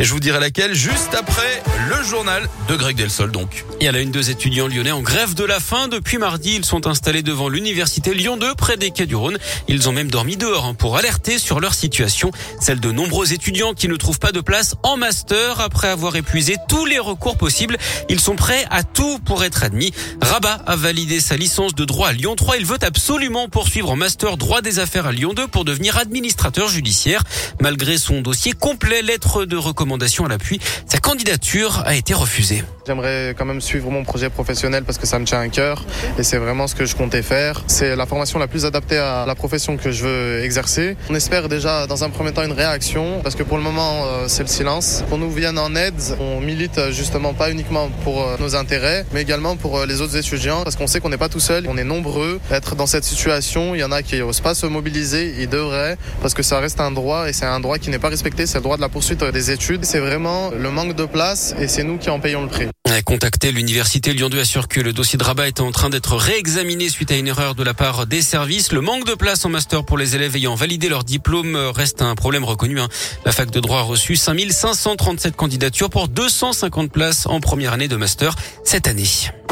Je vous dirai laquelle juste après le journal de Greg Delsol donc. Et à la une, 2 étudiants lyonnais en grève de la faim. Depuis mardi, ils sont installés devant l'université Lyon 2 près des quais du Rhône. Ils ont même dormi dehors pour alerter sur leur situation. Celle de nombreux étudiants qui ne trouvent pas de place en master. Après avoir épuisé tous les recours possibles, ils sont prêts à tout pour être admis. Rabat a validé sa licence de droit à Lyon 3. Il veut absolument poursuivre en master droit des affaires à Lyon 2 pour devenir administrateur judiciaire. Malgré son dossier complet, lettre de recommandation à l'appui, sa candidature a été refusée. J'aimerais quand même suivre mon projet professionnel parce que ça me tient à cœur et c'est vraiment ce que je comptais faire. C'est la formation la plus adaptée à la profession que je veux exercer. On espère déjà dans un premier temps une réaction parce que pour le moment c'est le silence. Qu'on nous vienne en aide, on milite justement pas uniquement pour nos intérêts mais également pour les autres étudiants parce qu'on sait qu'on n'est pas tout seul, on est nombreux à être dans cette situation. Il y en a qui n'osent pas se mobiliser, ils devraient parce que ça reste un droit et c'est un droit qui n'est pas respecté, c'est le droit de la poursuite des études. C'est vraiment le manque de place et c'est nous qui en payons le prix. Contacté, l'université Lyon 2 assure que le dossier de Rabat est en train d'être réexaminé suite à une erreur de la part des services. Le manque de place en master pour les élèves ayant validé leur diplôme reste un problème reconnu. La fac de droit a reçu 5537 candidatures pour 250 places en première année de master cette année.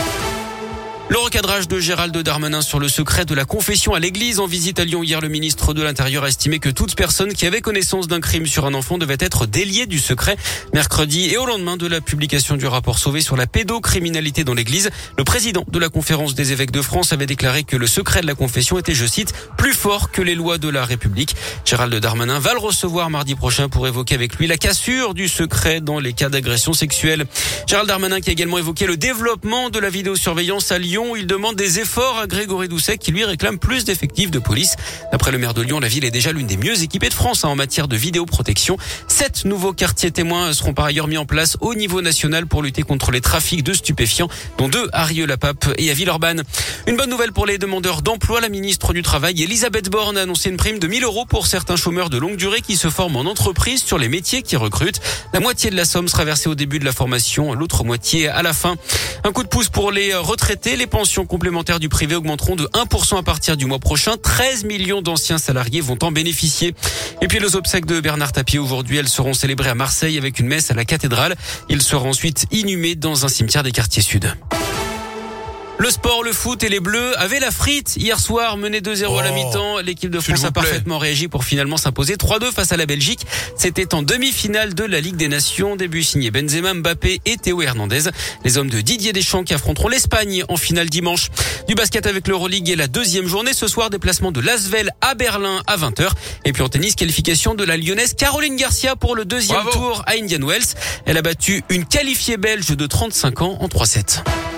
Le recadrage de Gérald Darmanin sur le secret de la confession à l'église. En visite à Lyon hier, le ministre de l'Intérieur a estimé que toute personne qui avait connaissance d'un crime sur un enfant devait être déliée du secret. Mercredi et au lendemain de la publication du rapport Sauvé sur la pédocriminalité dans l'église, le président de la Conférence des évêques de France avait déclaré que le secret de la confession était, je cite, plus fort que les lois de la République. Gérald Darmanin va le recevoir mardi prochain pour évoquer avec lui la cassure du secret dans les cas d'agression sexuelle. Gérald Darmanin qui a également évoqué le développement de la vidéosurveillance à Lyon. Il demande des efforts à Grégory Doucet qui lui réclame plus d'effectifs de police. D'après le maire de Lyon, la ville est déjà l'une des mieux équipées de France en matière de vidéoprotection. 7 nouveaux quartiers témoins seront par ailleurs mis en place au niveau national pour lutter contre les trafics de stupéfiants, dont 2 à Rieux-la-Pape et à Villeurbanne. Une bonne nouvelle pour les demandeurs d'emploi. La ministre du Travail, Elisabeth Borne, a annoncé une prime de 1 000 € pour certains chômeurs de longue durée qui se forment en entreprise sur les métiers qui recrutent. La moitié de la somme sera versée au début de la formation, l'autre moitié à la fin. Un coup de pouce pour les retraités. Les pensions complémentaires du privé augmenteront de 1% à partir du mois prochain. 13 millions d'anciens salariés vont en bénéficier. Et puis les obsèques de Bernard Tapie aujourd'hui, elles seront célébrées à Marseille avec une messe à la cathédrale. Il sera ensuite inhumé dans un cimetière des quartiers sud. Le sport, le foot et les Bleus avaient la frite hier soir, mené 2-0 à la mi-temps. L'équipe de France a parfaitement réagi pour finalement s'imposer 3-2 face à la Belgique. C'était en demi-finale de la Ligue des Nations. Début signé Benzema, Mbappé et Théo Hernandez. Les hommes de Didier Deschamps qui affronteront l'Espagne en finale dimanche. Du basket avec l'Euroleague et la 2e journée. Ce soir, déplacement de l'Asvel à Berlin à 20h. Et puis en tennis, qualification de la Lyonnaise Caroline Garcia pour le 2e tour à Indian Wells. Elle a battu une qualifiée belge de 35 ans en 3-7.